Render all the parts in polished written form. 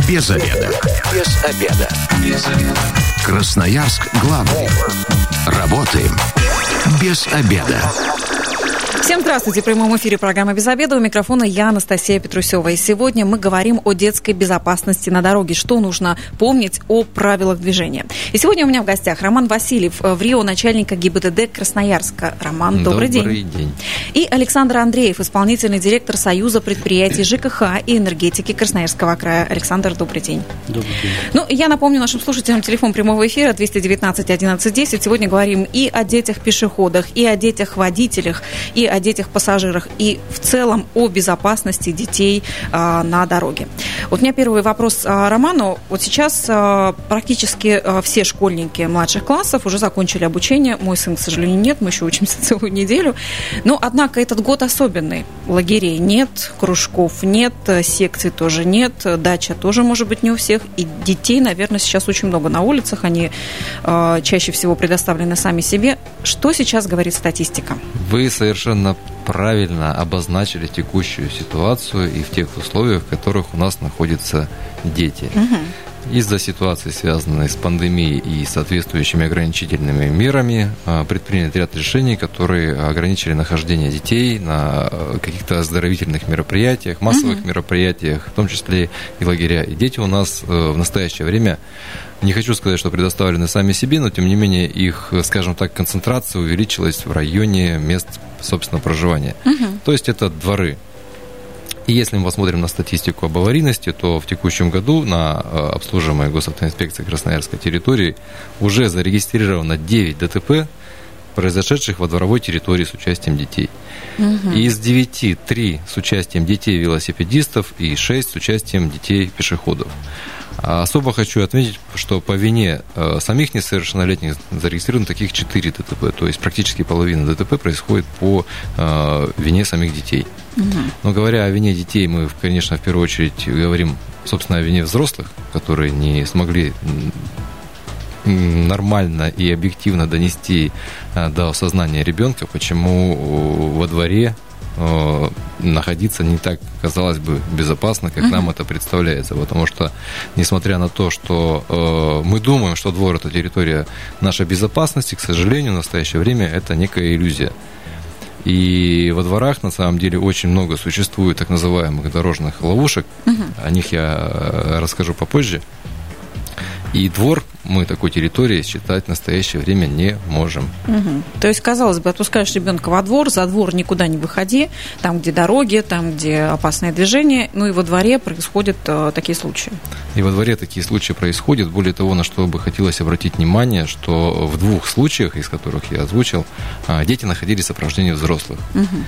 Без обеда. Без обеда. Без обеда. Красноярск главный. Работаем без обеда. Всем здравствуйте. В прямом эфире программа «Без обеда». У микрофона я, Анастасия Петрусева. И сегодня мы говорим о детской безопасности на дороге. Что нужно помнить о правилах движения. И сегодня у меня в гостях Роман Васильев, в РИО начальника ГИБДД Красноярска. Роман, добрый день. Добрый день. И Александр Андреев, исполнительный директор Союза предприятий ЖКХ и энергетики Красноярского края. Александр, добрый день. Добрый день. Ну, я напомню нашим слушателям телефон прямого эфира 219 11 10. Сегодня говорим и о детях-пешеходах, и о детях-водителях, и о детях-пассажирах, и в целом о безопасности детей на дороге. Вот у меня первый вопрос Роману. Вот сейчас практически все школьники младших классов уже закончили обучение. Мой сын, к сожалению, нет, мы еще учимся целую неделю. Но, однако, этот год особенный. Лагерей нет, кружков нет, секций тоже нет, дача тоже, может быть, не у всех. И детей, наверное, сейчас очень много на улицах. Они чаще всего предоставлены сами себе. Что сейчас говорит статистика? Вы совершенно правильно обозначили текущую ситуацию и в тех условиях, в которых у нас находятся дети. Из-за ситуации, связанной с пандемией и соответствующими ограничительными мерами, предпринят ряд решений, которые ограничили нахождение детей на каких-то оздоровительных мероприятиях, массовых мероприятиях, в том числе и лагеря. И дети у нас в настоящее время, не хочу сказать, что предоставлены сами себе, но тем не менее их, скажем так, концентрация увеличилась в районе мест собственного проживания. То есть это дворы. И если мы посмотрим на статистику об аварийности, то в текущем году на обслуживаемой госавтоинспекцией Красноярской территории уже зарегистрировано 9 ДТП, произошедших во дворовой территории с участием детей. И из 9 3 с участием детей-велосипедистов и 6 с участием детей-пешеходов. Особо хочу отметить, что по вине самих несовершеннолетних зарегистрировано таких 4 ДТП, то есть практически половина ДТП происходит по вине самих детей. Но говоря о вине детей, мы, конечно, в первую очередь говорим, собственно, о вине взрослых, которые не смогли нормально и объективно донести до сознания ребенка, почему во дворе находиться не так, казалось бы, безопасно, как нам это представляется. Потому что, несмотря на то, что мы думаем, что двор – это территория нашей безопасности, к сожалению, в настоящее время это некая иллюзия. И во дворах, на самом деле, очень много существует так называемых дорожных ловушек. О них я расскажу попозже. И двор мы такой территорией считать в настоящее время не можем. То есть, казалось бы, отпускаешь ребенка во двор, за двор никуда не выходи, там, где дороги, там, где опасное движение, ну и во дворе происходят такие случаи. И во дворе такие случаи происходят. Более того, на что бы хотелось обратить внимание, что в 2 случаях, из которых я озвучил, дети находились в сопровождении взрослых.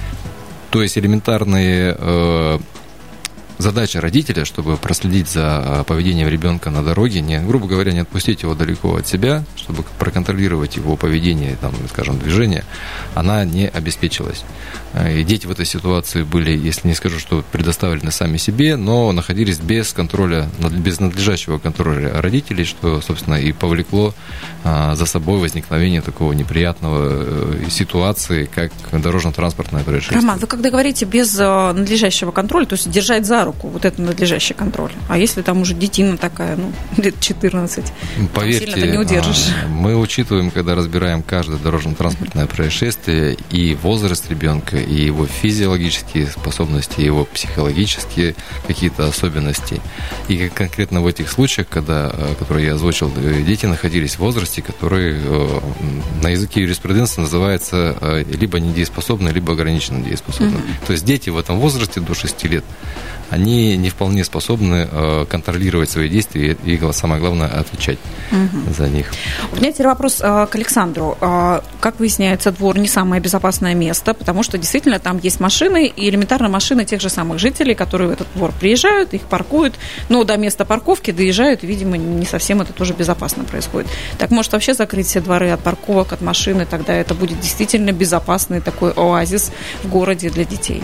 То есть элементарные задача родителя, чтобы проследить за поведением ребенка на дороге, грубо говоря, не отпустить его далеко от себя, чтобы проконтролировать его поведение, там, скажем, движение, она не обеспечилась. И дети в этой ситуации были, если не скажу, что предоставлены сами себе, но находились без контроля, без надлежащего контроля родителей, что, собственно, и повлекло за собой возникновение такого неприятного ситуации, как дорожно-транспортное происшествие. Роман, вы когда говорите без надлежащего контроля, то есть держать за руку, вот это надлежащий контроль. А если там уже детина такая, лет 14, поверьте, сильно-то не удержишь. Мы учитываем, когда разбираем каждое дорожно-транспортное происшествие, и возраст ребенка, и его физиологические способности, и его психологические какие-то особенности. И конкретно в этих случаях, которые я озвучил, дети находились в возрасте, который на языке юриспруденции называется либо недееспособны, либо ограниченно дееспособны. То есть дети в этом возрасте до 6 лет, они не вполне способны контролировать свои действия и, самое главное, отвечать за них. У меня теперь вопрос к Александру. Как выясняется, двор не самое безопасное место, потому что действительно там есть машины, и элементарно машины тех же самых жителей, которые в этот двор приезжают, их паркуют, но до места парковки доезжают, и, видимо, не совсем это тоже безопасно происходит. Так может вообще закрыть все дворы от парковок, от машины, тогда это будет действительно безопасный такой оазис в городе для детей.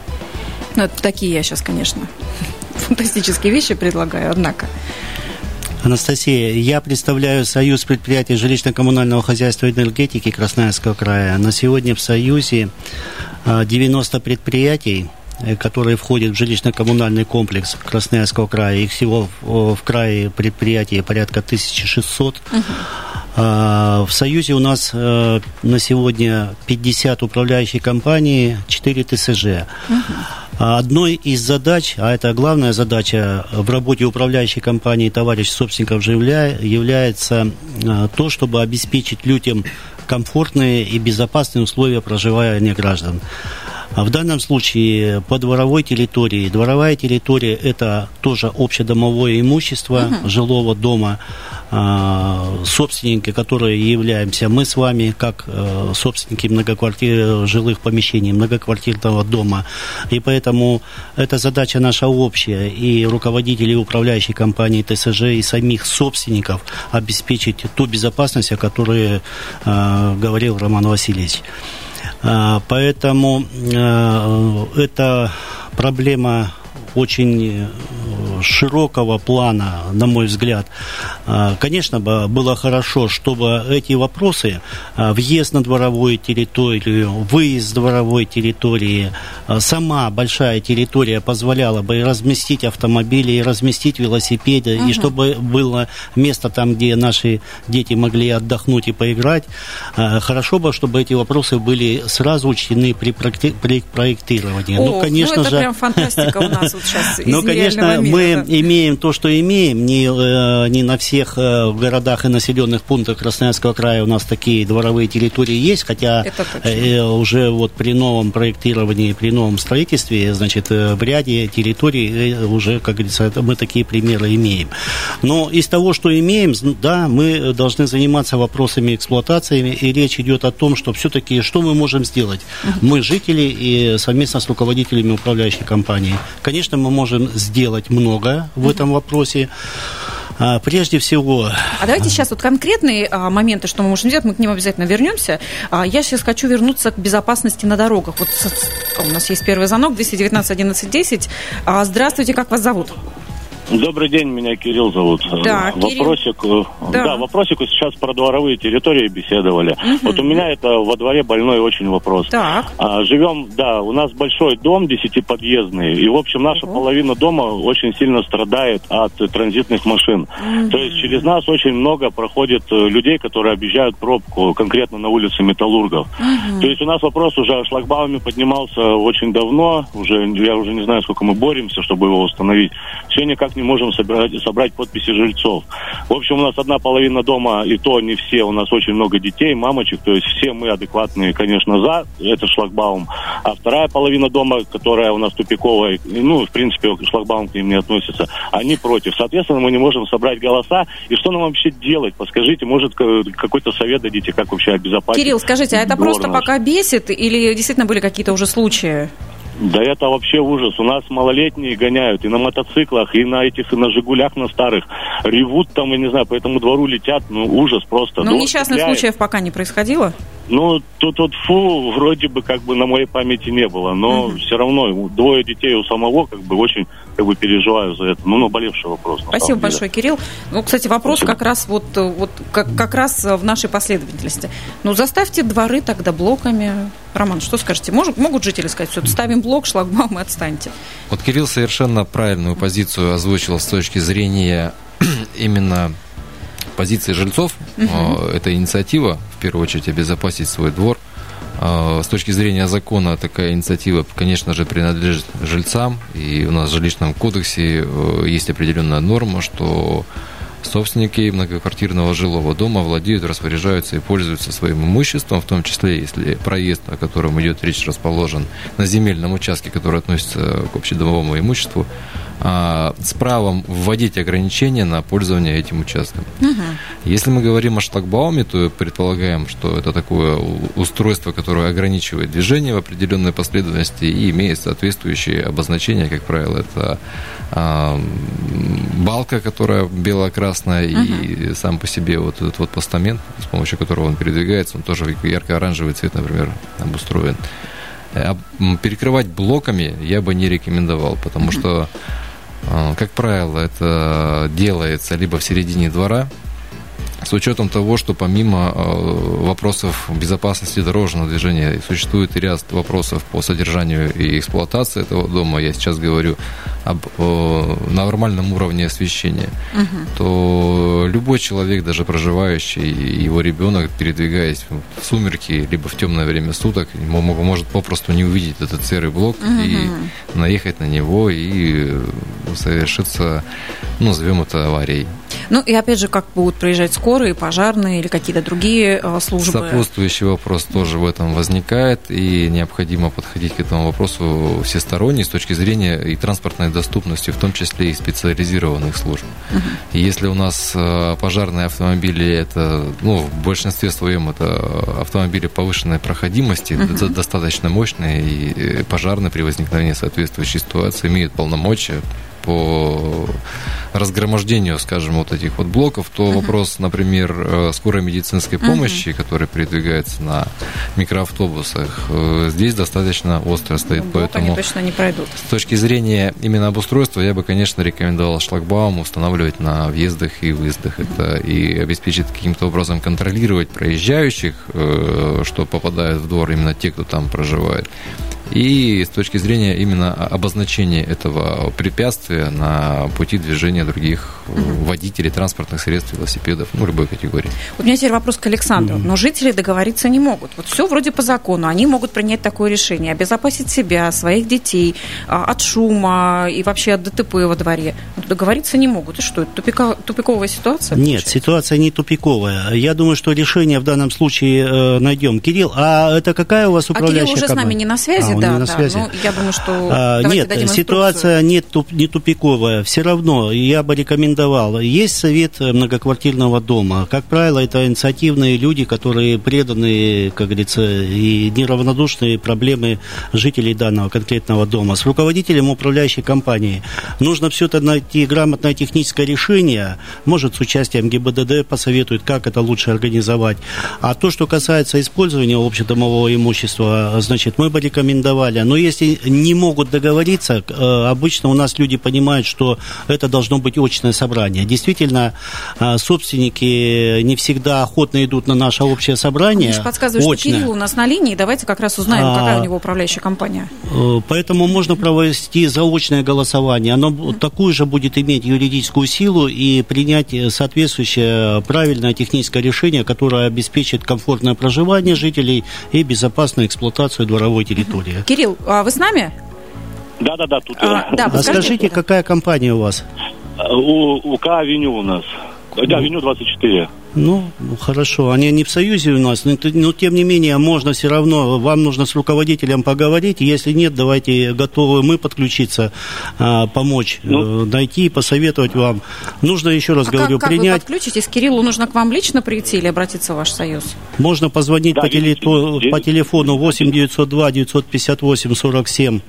Это такие я сейчас, конечно, фантастические вещи предлагаю, однако. Анастасия, я представляю Союз предприятий жилищно-коммунального хозяйства и энергетики Красноярского края. На сегодня в Союзе 90 предприятий, которые входят в жилищно-коммунальный комплекс Красноярского края. Их всего в крае предприятий порядка 1600. В Союзе у нас на сегодня 50 управляющих компаний, 4 ТСЖ. Одной из задач, а это главная задача в работе управляющей компании товарищ собственников является то, чтобы обеспечить людям комфортные и безопасные условия проживания граждан. В данном случае по дворовой территории. Дворовая территория – это тоже общедомовое имущество жилого дома. Собственники, которые являемся мы с вами, как собственники жилых помещений, многоквартирного дома. И поэтому эта задача наша общая. И руководителей управляющей компании ТСЖ, и самих собственников обеспечить ту безопасность, о которой говорил Роман Васильевич. Поэтому эта проблема очень широкого плана, на мой взгляд. Конечно, было хорошо, чтобы эти вопросы, въезд на дворовую территорию, выезд с дворовой территории, сама большая территория позволяла бы и разместить автомобили, и разместить велосипеды, и чтобы было место там, где наши дети могли отдохнуть и поиграть. Хорошо бы, чтобы эти вопросы были сразу учтены при проектировании. Конечно же, прям фантастика у нас вот сейчас из реального мира. Конечно, мы имеем то, что имеем. Не на всех городах и населенных пунктах Красноярского края у нас такие дворовые территории есть, хотя уже вот при новом проектировании, при новом строительстве, значит, в ряде территорий уже, как говорится, мы такие примеры имеем. Но из того, что имеем, да, мы должны заниматься вопросами эксплуатации, и речь идет о том, что все-таки, что мы можем сделать? Мы, жители, и совместно с руководителями управляющей компании. Конечно, мы можем сделать много в этом вопросе. Прежде всего... А давайте сейчас вот конкретные моменты, что мы можем сделать, мы к ним обязательно вернемся. Я сейчас хочу вернуться к безопасности на дорогах. Вот у нас есть первый звонок, 219-11-10. Здравствуйте, как вас зовут? Добрый день, меня Кирилл зовут. Да, вопросик, вопросик сейчас про дворовые территории беседовали. Вот у меня это во дворе больной очень вопрос. Так. Живем, у нас большой дом 10-подъездный, и, в общем, наша половина дома очень сильно страдает от транзитных машин. То есть через нас очень много проходит людей, которые объезжают пробку, конкретно на улице Металлургов. То есть у нас вопрос уже о шлагбауме поднимался очень давно, я уже не знаю, сколько мы боремся, чтобы его установить. Все никак не можем собрать подписи жильцов. В общем, у нас одна половина дома, и то не все, у нас очень много детей, мамочек, то есть все мы адекватные, конечно, за этот шлагбаум. А вторая половина дома, которая у нас тупиковая, в принципе, шлагбаум к ним не относится, они против. Соответственно, мы не можем собрать голоса. И что нам вообще делать? Подскажите, может, какой-то совет дадите, как вообще обезопасить? Кирилл, скажите, а это просто пока бесит, или действительно были какие-то уже случаи? Да это вообще ужас. У нас малолетние гоняют и на мотоциклах, и на «Жигулях» на старых. Ревут там, я не знаю, по этому двору летят. Ужас просто. Но несчастных случаев пока не происходило? Тут вроде бы на моей памяти не было. Но все равно двое детей у самого очень переживаю за это. Наболевший вопрос. Спасибо большое, Кирилл. Кстати, вопрос как раз как раз в нашей последовательности. Заставьте дворы тогда блоками. Роман, что скажете? Могут жители сказать, все, ставим блок, шлагбаум и отстаньте? Вот Кирилл совершенно правильную позицию озвучил с точки зрения именно позиции жильцов. Это инициатива, в первую очередь, обезопасить свой двор. С точки зрения закона такая инициатива, конечно же, принадлежит жильцам. И у нас в жилищном кодексе есть определенная норма, что собственники многоквартирного жилого дома владеют, распоряжаются и пользуются своим имуществом, в том числе, если проезд, о котором идет речь, расположен на земельном участке, который относится к общедомовому имуществу, с правом вводить ограничения на пользование этим участком. Если мы говорим о шлагбауме, то предполагаем, что это такое устройство, которое ограничивает движение в определенной последовательности и имеет соответствующие обозначения. Как правило, это балка, которая бело-красная, и сам по себе вот этот постамент, с помощью которого он передвигается, он тоже ярко-оранжевый цвет, например, обустроен. Перекрывать блоками я бы не рекомендовал, потому что, как правило, это делается либо в середине двора, С учетом того, что помимо вопросов безопасности дорожного движения существует и ряд вопросов по содержанию и эксплуатации этого дома, я сейчас говорю об нормальном уровне освещения, то любой человек, даже проживающий, его ребенок, передвигаясь в сумерки, либо в темное время суток, может попросту не увидеть этот серый блок и наехать на него, и совершится, назовем это, аварией. Ну, и опять же, как будут проезжать скорые, пожарные или какие-то другие службы? Сопутствующий вопрос тоже в этом возникает, и необходимо подходить к этому вопросу всесторонне с точки зрения и транспортной доступности, в том числе и специализированных служб. И если у нас пожарные автомобили, это, в большинстве своем это автомобили повышенной проходимости, достаточно мощные, и пожарные при возникновении соответствующей ситуации имеют полномочия по разгромождению, скажем, вот этих вот блоков, то вопрос, например, скорой медицинской помощи, которая передвигается на микроавтобусах, здесь достаточно остро стоит. Поэтому они точно не пройдут. С точки зрения именно обустройства, я бы, конечно, рекомендовал шлагбаум устанавливать на въездах и выездах. Это и обеспечит каким-то образом контролировать проезжающих, что попадают в двор именно те, кто там проживает. И с точки зрения именно обозначения этого препятствия на пути движения других водителей транспортных средств, велосипедов, любой категории. У меня теперь вопрос к Александру. Но жители договориться не могут. Вот все вроде по закону. Они могут принять такое решение, обезопасить себя, своих детей от шума и вообще от ДТП во дворе. Но договориться не могут. И что, это тупиковая ситуация? Нет, получается? Ситуация не тупиковая. Я думаю, что решение в данном случае найдем. Кирилл, а это какая у вас управляющая компания? Кирилл уже с нами не на связи, на связи. Но я думаю, что нет, ситуация не тупиковая. Все равно я бы рекомендовал. Есть совет многоквартирного дома. Как правило, это инициативные люди, которые преданы, как говорится, и неравнодушны проблемы жителей данного конкретного дома. С руководителем управляющей компании нужно все это найти грамотное техническое решение. Может, с участием ГИБДД посоветуют, как это лучше организовать. А то, что касается использования общедомового имущества, значит, мы бы рекомендовали. Но если не могут договориться, обычно у нас люди понимают, что это должно быть очное собрание. Действительно, собственники не всегда охотно идут на наше общее собрание. Мне подсказывают, что Кирилл у нас на линии. Давайте как раз узнаем, какая у него управляющая компания. Поэтому можно провести заочное голосование. Оно такую же будет иметь юридическую силу и принять соответствующее правильное техническое решение, которое обеспечит комфортное проживание жителей и безопасную эксплуатацию дворовой территории. Кирилл, а вы с нами? Да, тут. Скажите, какая компания у вас? УК «Авеню» у нас. Да, «Авеню 24». Хорошо. Они не в союзе у нас, но тем не менее, можно все равно, вам нужно с руководителем поговорить. Если нет, давайте готовы мы подключиться, помочь, найти и посоветовать вам. Нужно, еще раз говорю, принять. Как вы подключитесь? Кириллу нужно к вам лично прийти или обратиться в ваш союз? Можно позвонить по телефону 8 902 958 47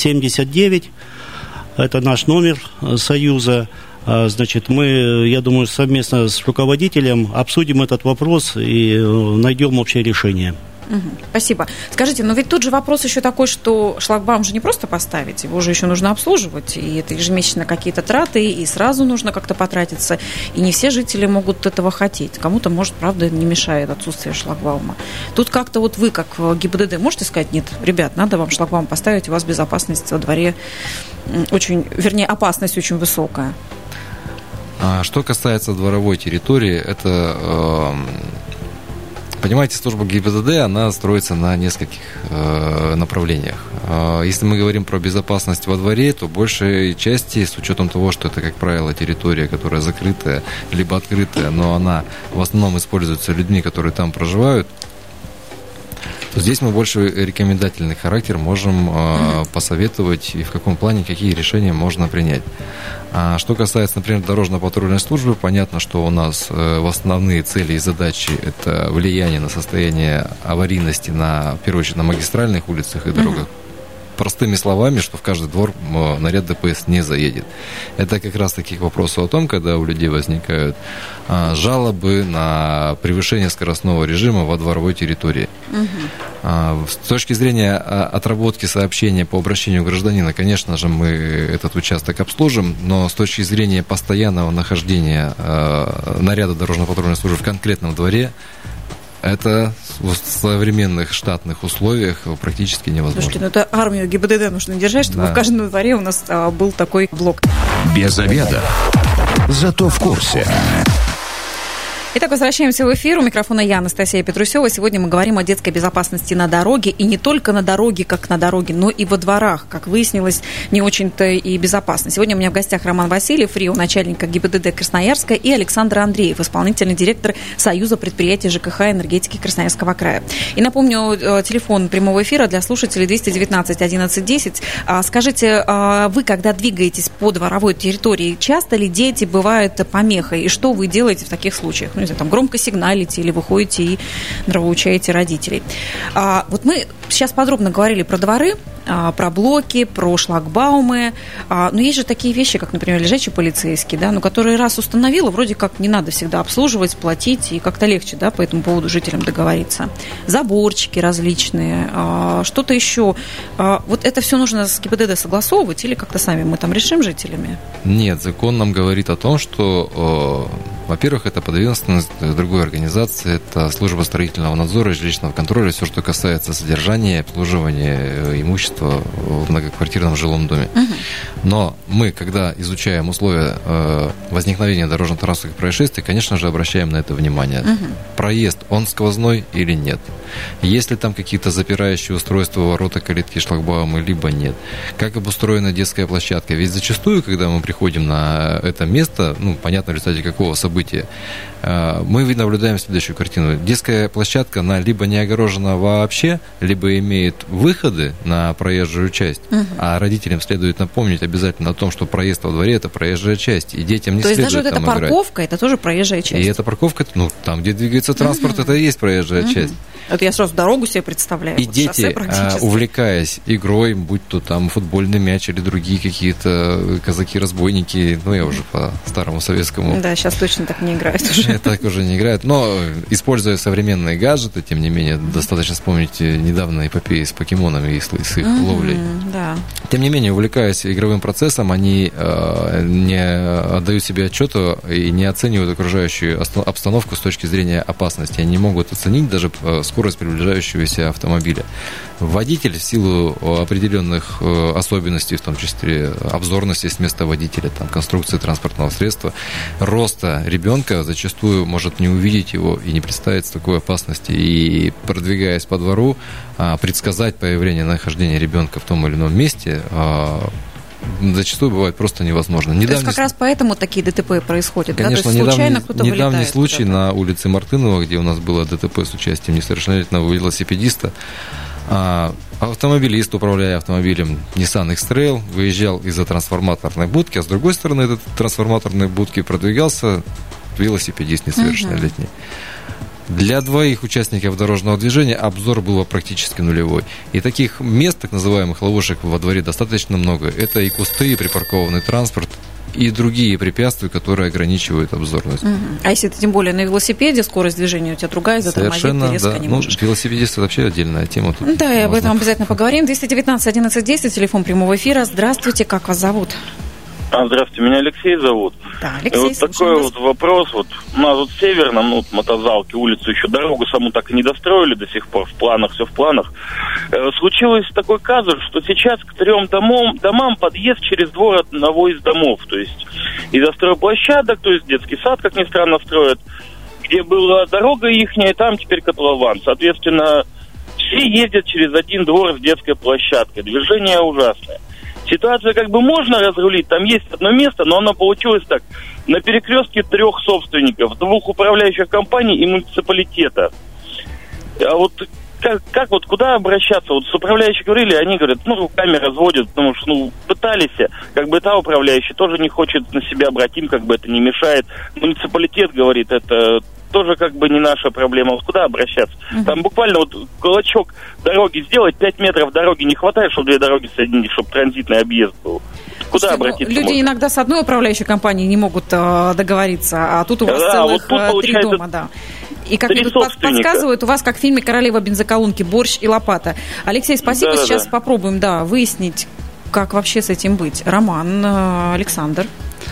79. Это наш номер союза. Значит, мы, я думаю, совместно с руководителем обсудим этот вопрос и найдем общее решение. Спасибо. Скажите, но ведь тут же вопрос еще такой, что шлагбаум же не просто поставить, его же еще нужно обслуживать, и это ежемесячно какие-то траты, и сразу нужно как-то потратиться, и не все жители могут этого хотеть. Кому-то, может, правда, не мешает отсутствие шлагбаума. Тут как-то вот вы, как ГИБДД, можете сказать, нет, ребят, надо вам шлагбаум поставить, у вас безопасность во дворе опасность очень высокая. Что касается дворовой территории, это, понимаете, служба ГИБДД, она строится на нескольких направлениях. Если мы говорим про безопасность во дворе, то большей части, с учетом того, что это, как правило, территория, которая закрытая, либо открытая, но она в основном используется людьми, которые там проживают, то здесь мы больше рекомендательный характер можем посоветовать и в каком плане, какие решения можно принять. А что касается, например, дорожно-патрульной службы, понятно, что у нас в основные цели и задачи – это влияние на состояние аварийности, в первую очередь, на магистральных улицах и дорогах простыми словами, что в каждый двор наряд ДПС не заедет. Это как раз таки к вопросу о том, когда у людей возникают жалобы на превышение скоростного режима во дворовой территории. С точки зрения отработки сообщения по обращению гражданина, конечно же, мы этот участок обслужим, но с точки зрения постоянного нахождения наряда дорожно-патрульной службы в конкретном дворе, это в современных штатных условиях практически невозможно. Слушайте, ну это армию ГИБДД нужно держать, чтобы в каждом дворе у нас был такой блок. Без обеда. Зато в курсе. Итак, возвращаемся в эфир. У микрофона я, Анастасия Петрусева. Сегодня мы говорим о детской безопасности на дороге. И не только на дороге, как на дороге, но и во дворах. Как выяснилось, не очень-то и безопасно. Сегодня у меня в гостях Роман Васильев, РИО начальника ГИБДД Красноярска, и Александр Андреев, исполнительный директор Союза предприятий ЖКХ и энергетики Красноярского края. И напомню, телефон прямого эфира для слушателей 219 11 10. Скажите, вы, когда двигаетесь по дворовой территории, часто ли дети бывают помехой? И что вы делаете в таких случаях? Ну, не знаю, там громко сигналите или выходите и нравоучаете родителей. Вот мы сейчас подробно говорили про дворы, про блоки, про шлагбаумы. Но есть же такие вещи, как, например, лежачий полицейский, да, но который раз установила, вроде как не надо всегда обслуживать, платить, и как-то легче, да, по этому поводу жителям договориться. Заборчики различные, что-то еще. Вот это все нужно с ГИБДД согласовывать или как-то сами мы там решим жителями? Нет, закон нам говорит о том, что, во-первых, это подведомственность другой организации, это служба строительного надзора и жилищного контроля, все, что касается содержания, обслуживания имущества в многоквартирном жилом доме. Но мы, когда изучаем условия возникновения дорожно-транспортных происшествий, конечно же, обращаем на это внимание. Проезд, он сквозной или нет? Есть ли там какие-то запирающие устройства, ворота, калитки, шлагбаумы, либо нет? Как обустроена детская площадка? Ведь зачастую, когда мы приходим на это место, ну, понятно, в результате какого события, мы наблюдаем следующую картину. Детская площадка, она либо не огорожена вообще, либо имеет выходы на проезжую часть, а родителям следует напомнить обязательно о том, что проезд во дворе – это проезжая часть, и детям не следует там играть. То есть даже вот эта парковка – это тоже проезжая часть? И эта парковка, ну, там, где двигается транспорт, это и есть проезжая часть. Это я сразу дорогу себе представляю. И вот дети, увлекаясь игрой, будь то там футбольный мяч или другие какие-то казаки-разбойники, ну, я уже по старому советскому. Да, сейчас точно так не играют уже. Так уже не играют, но используя современные гаджеты, тем не менее, достаточно вспомнить недавно эпопеи с покемонами и с их ловлей. Да. Тем не менее, увлекаясь игровым процессом, они не отдают себе отчета и не оценивают окружающую обстановку с точки зрения опасности. Они не могут оценить даже скорость приближающегося автомобиля. Водитель в силу определенных особенностей, в том числе обзорности с места водителя, там, конструкции транспортного средства, роста ребенка зачастую может не увидеть его и не представить такой опасности. И продвигаясь по двору, предсказать появление нахождения ребенка в том или ином месте зачастую бывает просто невозможно. То есть как раз поэтому такие ДТП происходят, конечно, да? То есть случайно кто-то вылетает. Недавний случай на улице Мартынова, где у нас было ДТП с участием несовершеннолетнего велосипедиста. Автомобилист, управляя автомобилем Nissan X-Trail, выезжал из-за трансформаторной будки, а с другой стороны этой трансформаторной будки продвигался велосипедист несовершеннолетний. Для двоих участников дорожного движения обзор был практически нулевой. И таких мест, так называемых ловушек во дворе, достаточно много. Это и кусты, и припаркованный транспорт, и другие препятствия, которые ограничивают обзорность. А если ты тем более на велосипеде, скорость движения у тебя другая, затормозить ты резко не можешь. Велосипедист – это вообще отдельная тема. Тут да, и об этом обязательно поговорим. 219 11 10, телефон прямого эфира. Здравствуйте, как вас зовут? Здравствуйте, меня Алексей зовут. Да, Алексей, вот такой вот вопрос. Вот у нас вот в Северном, ну, Мотозалке, улицу еще, дорогу саму так и не достроили до сих пор, в планах, все в планах. Случилось такой казус, что сейчас к 3 домам подъезд через двор одного из домов. То есть из-за стройплощадок, то есть детский сад, как ни странно, строят, где была дорога ихняя, там теперь котлован. Соответственно, все ездят через один двор с детской площадкой. Движение ужасное. Ситуация как бы можно разрулить, там есть одно место, но оно получилось так. На перекрестке 3 собственников, 2 управляющих компаний и муниципалитета. А вот как вот куда обращаться? Вот с управляющими говорили, они говорят, ну, руками разводят, потому что, ну, пытались, как бы та управляющая тоже не хочет на себя брать, им как бы это не мешает. Муниципалитет говорит, это тоже как бы не наша проблема. Вот куда обращаться? Там буквально вот кулачок дороги сделать, 5 метров дороги не хватает, чтобы 2 дороги соединить, чтобы транзитный объезд был. Куда обратиться? Люди можно? Иногда с одной управляющей компанией не могут договориться, а тут у вас целых вот 3 дома, да. И, как мне тут подсказывают, у вас, как в фильме «Королева бензоколонки», борщ и лопата. Алексей, спасибо. Да, сейчас попробуем, выяснить, как вообще с этим быть. Роман, Александр.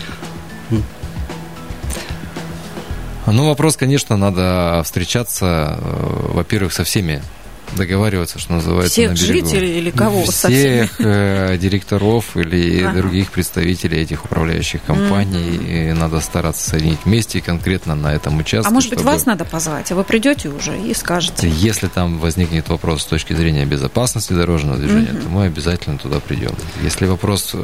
Ну, вопрос, конечно, надо встречаться, во-первых, со всеми, договариваться, что называется, всех на берегу. Жителей или кого? Всех директоров или других представителей этих управляющих компаний. И надо стараться соединить вместе конкретно на этом участке. А может быть, вас надо позвать, а вы придете уже и скажете? Если там возникнет вопрос с точки зрения безопасности дорожного движения, то мы обязательно туда придем. Если вопрос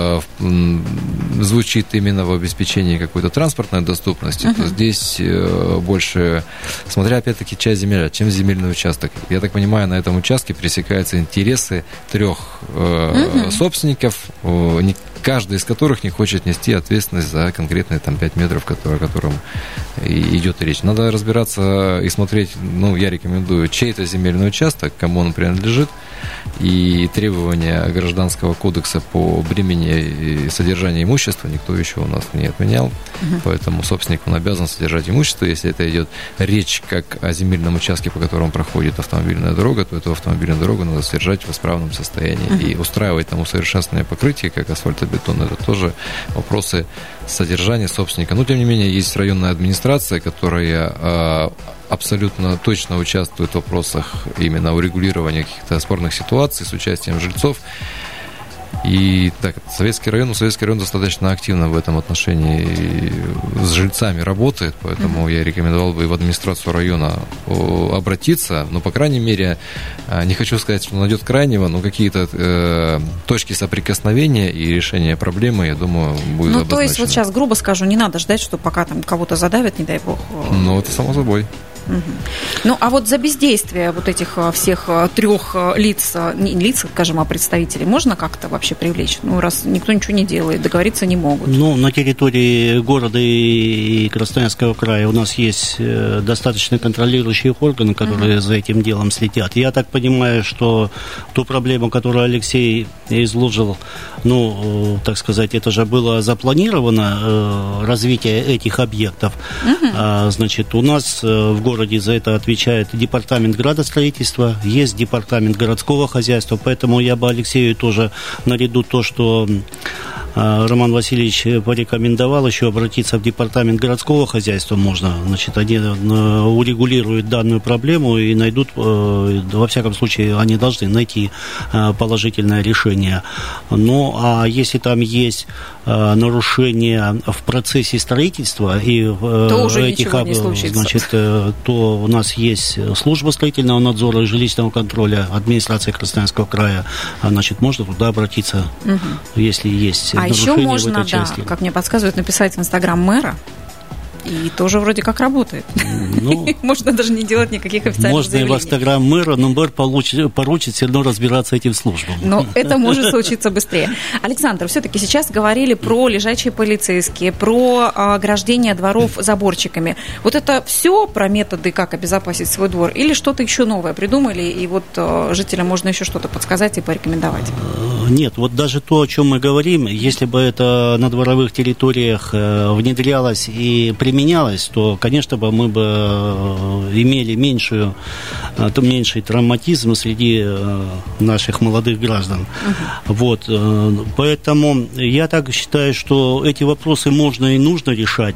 звучит именно в обеспечении какой-то транспортной доступности, то здесь больше, смотря опять-таки часть земли, чем земельный участок. Я так понимаю, на этом участке пересекаются интересы 3 собственников, каждый из которых не хочет нести ответственность за конкретные 5 метров, о котором идет речь. Надо разбираться и смотреть, я рекомендую, чей это земельный участок, кому он принадлежит, и требования Гражданского кодекса по бремени и содержанию имущества никто еще у нас не отменял, поэтому собственник, он обязан содержать имущество. Если это идет речь как о земельном участке, по которому проходит автомобильная дорога, то эту автомобильную дорогу надо содержать в исправном состоянии и устраивать там усовершенствованное покрытие, как асфальтобетон. Это тоже вопросы содержания собственника. Но, тем не менее, есть районная администрация, которая абсолютно точно участвует в вопросах именно урегулирования каких-то спорных ситуаций с участием жильцов. И так, Советский район достаточно активно в этом отношении с жильцами работает, поэтому я рекомендовал бы и в администрацию района обратиться, но, по крайней мере, не хочу сказать, что найдет крайнего, но какие-то точки соприкосновения и решения проблемы, я думаю, будет обозначено. То есть, вот сейчас грубо скажу, не надо ждать, что пока там кого-то задавят, не дай бог. Это само собой. Ну, а вот за бездействие вот этих всех 3 лиц, не лиц, скажем, а представителей, можно как-то вообще привлечь? Раз никто ничего не делает, договориться не могут. На территории города и Красноярского края у нас есть достаточно контролирующие органы, которые за этим делом следят. Я так понимаю, что ту проблему, которую Алексей изложил, так сказать, это же было запланировано, развитие этих объектов. Значит, у нас в городе за это отвечает департамент градостроительства, есть департамент городского хозяйства, поэтому я бы Алексею тоже наряду то, что Роман Васильевич порекомендовал еще обратиться в департамент городского хозяйства можно. Значит, они урегулируют данную проблему и найдут, во всяком случае, они должны найти положительное решение. А если там есть нарушения в процессе строительства и то уже ничего не случится. Значит, то у нас есть служба строительного надзора и жилищного контроля администрации Красноярского края. Значит, можно туда обратиться, если есть. А еще можно, как мне подсказывают, написать в Инстаграм мэра. И тоже вроде как работает. Можно даже не делать никаких официальных заявлений. Можно и в Инстаграм мэра, но мэр поручит все равно разбираться этим службам. Но это может случиться быстрее. Александр, все-таки сейчас говорили про лежачие полицейские, про ограждение дворов заборчиками. Вот это все про методы, как обезопасить свой двор? Или что-то еще новое придумали, и вот жителям можно еще что-то подсказать и порекомендовать? Нет, вот даже то, о чем мы говорим, если бы это на дворовых территориях внедрялось и применялось, то, конечно, мы бы имели меньший травматизм среди наших молодых граждан. Вот. Поэтому я так считаю, что эти вопросы можно и нужно решать,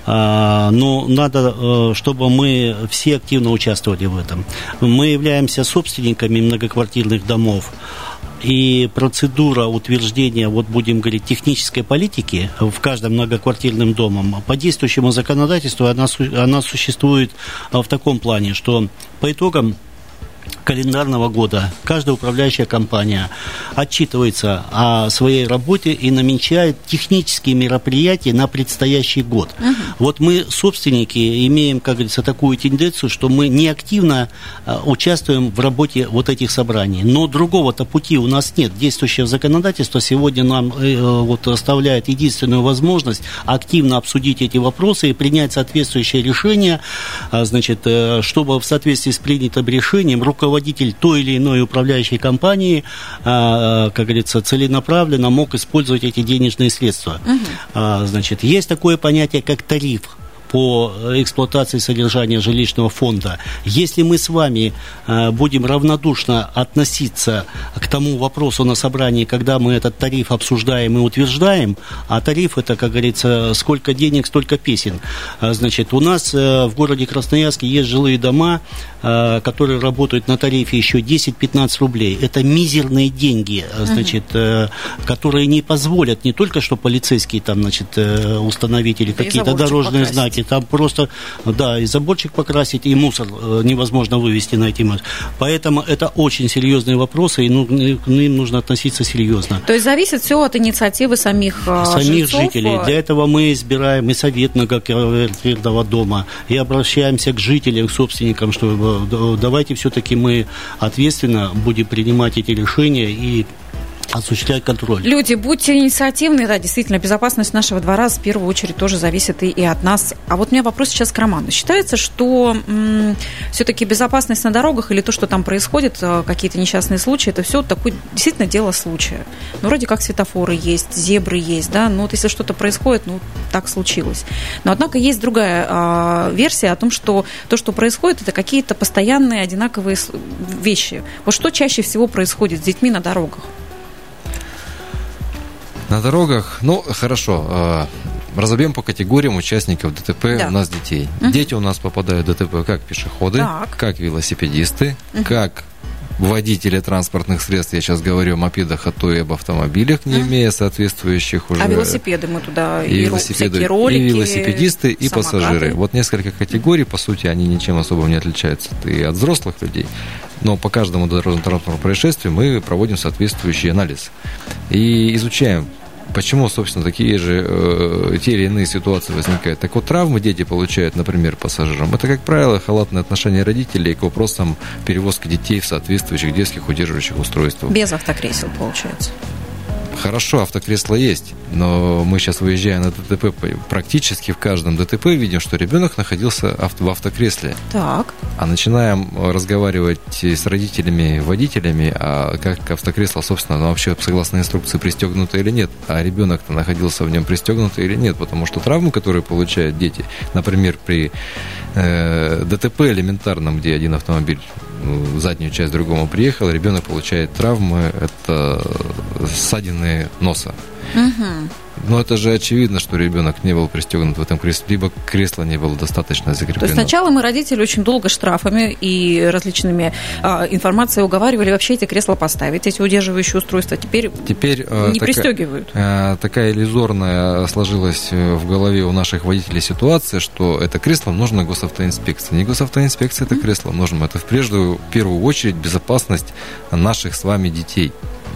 но надо, чтобы мы все активно участвовали в этом. Мы являемся собственниками многоквартирных домов. И процедура утверждения, будем говорить, технической политики в каждом многоквартирном доме, по действующему законодательству она существует в таком плане, что по итогам календарного года каждая управляющая компания отчитывается о своей работе и намечает технические мероприятия на предстоящий год. Вот мы, собственники, имеем, как говорится, такую тенденцию, что мы неактивно участвуем в работе вот этих собраний. Но другого-то пути у нас нет. Действующее законодательство сегодня нам оставляет единственную возможность активно обсудить эти вопросы и принять соответствующее решение, значит, чтобы в соответствии с принятым решением руководитель той или иной управляющей компании, как говорится, целенаправленно мог использовать эти денежные средства. Значит, есть такое понятие, как тариф по эксплуатации содержания жилищного фонда. Если мы с вами будем равнодушно относиться к тому вопросу на собрании, когда мы этот тариф обсуждаем и утверждаем, а тариф это, как говорится, сколько денег, столько песен. Значит, у нас в городе Красноярске есть жилые дома, которые работают на тарифе еще 10-15 рублей. Это мизерные деньги, значит, которые не позволят не только, что полицейские там, значит, установить или какие-то дорожные знаки, там просто, да, и заборчик покрасить, и мусор невозможно вывести на эти мусор. Поэтому это очень серьезные вопросы, и к ним нужно относиться серьезно. То есть зависит все от инициативы самих жителей. Для этого мы избираем и совет многоквартирного дома, и обращаемся к жителям, к собственникам, что давайте все-таки мы ответственно будем принимать эти решения и осуществлять контроль. Люди, будьте инициативны, да, действительно, безопасность нашего двора в первую очередь тоже зависит и от нас. А вот у меня вопрос сейчас к Роману. Считается, что все-таки безопасность на дорогах или то, что там происходит, какие-то несчастные случаи, это все такое действительно дело случая. Ну, вроде как светофоры есть, зебры есть, да, но вот если что-то происходит, ну, так случилось. Но, однако, есть другая версия о том, что то, что происходит, это какие-то постоянные одинаковые вещи. Вот что чаще всего происходит с детьми на дорогах? На дорогах, ну, хорошо, разобьем по категориям участников ДТП у нас детей. Дети у нас попадают в ДТП как пешеходы, как велосипедисты, как водители транспортных средств, я сейчас говорю о мопедах, а то и об автомобилях, не имея соответствующих уже... А велосипеды мы туда, и велосипеды, ролики, и велосипедисты, и самокаты. Пассажиры. Вот несколько категорий, по сути, они ничем особо не отличаются и от взрослых людей. Но по каждому дорожно-транспортному происшествию мы проводим соответствующий анализ. И изучаем, почему, собственно, такие же те или иные ситуации возникают. Так вот, травмы дети получают, например, пассажирам. Это, как правило, халатное отношение родителей к вопросам перевозки детей в соответствующих детских удерживающих устройствах. Без автокресел, получается. Хорошо, автокресло есть, но мы сейчас, выезжая на ДТП, практически в каждом ДТП видим, что ребенок находился в автокресле. Так. А начинаем разговаривать с родителями, водителями, а как автокресло, собственно, оно вообще, согласно инструкции, пристегнуто или нет, а ребенок-то находился в нем пристегнуто или нет, потому что травмы, которые получают дети, например, при ДТП элементарном, где один автомобиль в заднюю часть другому приехал, ребенок получает травмы, это ссадины носа. Но это же очевидно, что ребенок не был пристегнут в этом кресле, либо кресло не было достаточно закреплено. То есть сначала мы, родители, очень долго штрафами и различными информацией уговаривали вообще эти кресла поставить, эти удерживающие устройства. Теперь не пристегивают. Такая иллюзорная сложилась в голове у наших водителей ситуация, что это кресло нужно госавтоинспекции. Не госавтоинспекции это кресло нужно. Это в первую очередь безопасность наших с вами детей.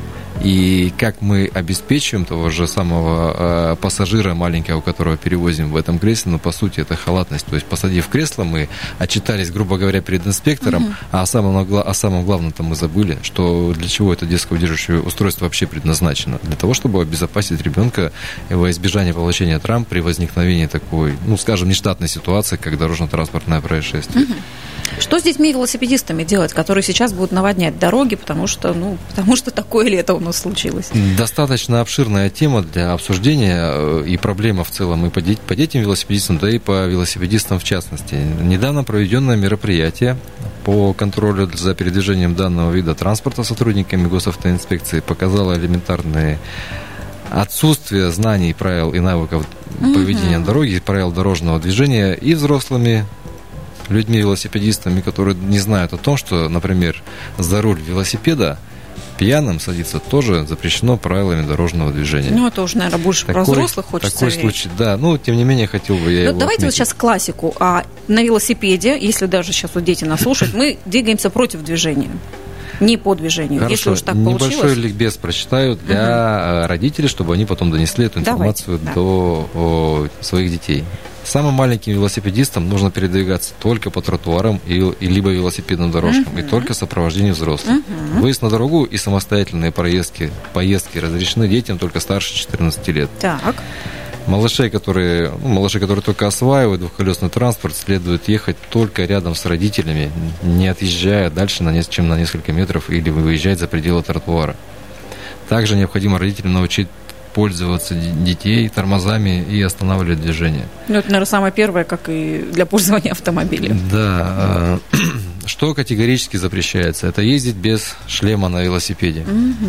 И как мы обеспечиваем того же самого пассажира маленького, которого перевозим в этом кресле, но по сути это халатность. То есть, посадив в кресло, мы отчитались, грубо говоря, перед инспектором, а о самом главном-то мы забыли, что для чего это детское удерживающее устройство вообще предназначено. Для того, чтобы обезопасить ребенка во избежание получения травм при возникновении такой, ну, скажем, нештатной ситуации, как дорожно-транспортное происшествие. Что с детьми и велосипедистами делать, которые сейчас будут наводнять дороги, потому что такое лето у нас случилось? Достаточно обширная тема для обсуждения и проблема в целом и по детям-велосипедистам, да и по велосипедистам в частности. Недавно проведенное мероприятие по контролю за передвижением данного вида транспорта сотрудниками госавтоинспекции показало элементарные отсутствие знаний, правил и навыков поведения на дороге, правил дорожного движения и взрослыми людьми-велосипедистами, которые не знают о том, что, например, за руль велосипеда пьяным садиться тоже запрещено правилами дорожного движения. Ну, это уже, наверное, больше про взрослых хочется такой верить. случай, да. Ну, тем не менее, хотел бы я его давайте отметить. вот сейчас классику. На велосипеде, если даже сейчас вот дети нас слушают, мы двигаемся против движения. Не по движению. Хорошо. Если уж так Небольшой получилось. ликбез прочитаю для родителей, чтобы они потом донесли эту информацию до своих детей. Самым маленьким велосипедистам нужно передвигаться только по тротуарам и либо велосипедным дорожкам, и только в сопровождении взрослых. Выезд на дорогу и самостоятельные поездки разрешены детям только старше 14 лет. Так. Малыши, которые только осваивают двухколесный транспорт, следует ехать только рядом с родителями, не отъезжая дальше, чем на несколько метров, или выезжать за пределы тротуара. Также необходимо родителям научить пользоваться детей тормозами и останавливать движение. Ну, это, наверное, самое первое, как и для пользования автомобилем. Да. Что категорически запрещается? Это ездить без шлема на велосипеде.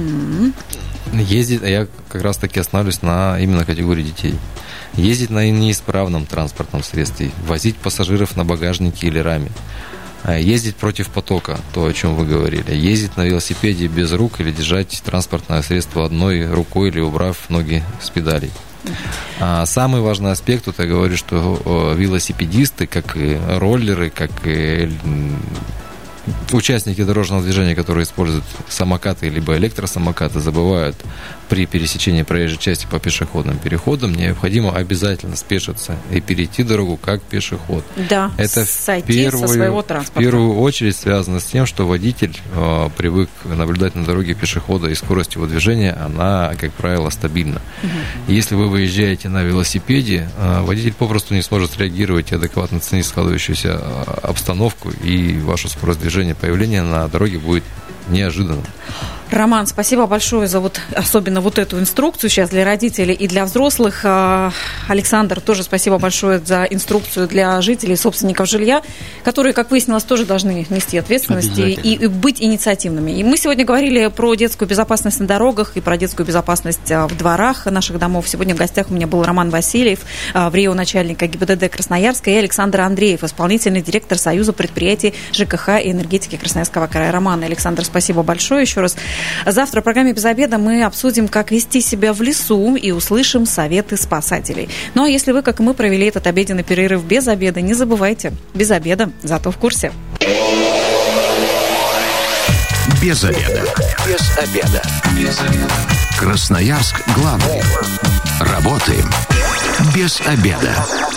Я как раз таки останавливаюсь на именно категории детей. Ездить на неисправном транспортном средстве, возить пассажиров на багажнике или раме. Ездить против потока, то, о чем вы говорили. Ездить на велосипеде без рук или держать транспортное средство одной рукой или убрав ноги с педалей. Самый важный аспект, вот я говорю, что велосипедисты, как и роллеры, как и участники дорожного движения, которые используют самокаты либо электросамокаты, забывают при пересечении проезжей части по пешеходным переходам, необходимо обязательно спешиться и перейти дорогу как пешеход. Да, это сойти со своего транспорта. В первую очередь связано с тем, что водитель привык наблюдать на дороге пешехода, и скорость его движения, она, как правило, стабильна. Если вы выезжаете на велосипеде, водитель попросту не сможет реагировать и адекватно оценить складывающуюся обстановку, и вашу скорость движения, появление на дороге будет неожиданным. Роман, спасибо большое за особенно эту инструкцию сейчас для родителей и для взрослых. Александр, тоже спасибо большое за инструкцию для жителей, собственников жилья, которые, как выяснилось, тоже должны нести ответственность и быть инициативными. И мы сегодня говорили про детскую безопасность на дорогах и про детскую безопасность в дворах наших домов. Сегодня в гостях у меня был Роман Васильев, в РИО начальника ГИБДД Красноярска, и Александр Андреев, исполнительный директор Союза предприятий ЖКХ и энергетики Красноярского края. Роман и Александр, спасибо большое еще раз. Завтра в программе «Без обеда» мы обсудим, как вести себя в лесу, и услышим советы спасателей. Ну а если вы, как и мы, провели этот обеденный перерыв без обеда, не забывайте, без обеда, зато в курсе. Без обеда. Без обеда. Без обеда. Красноярск главный. Работаем без обеда.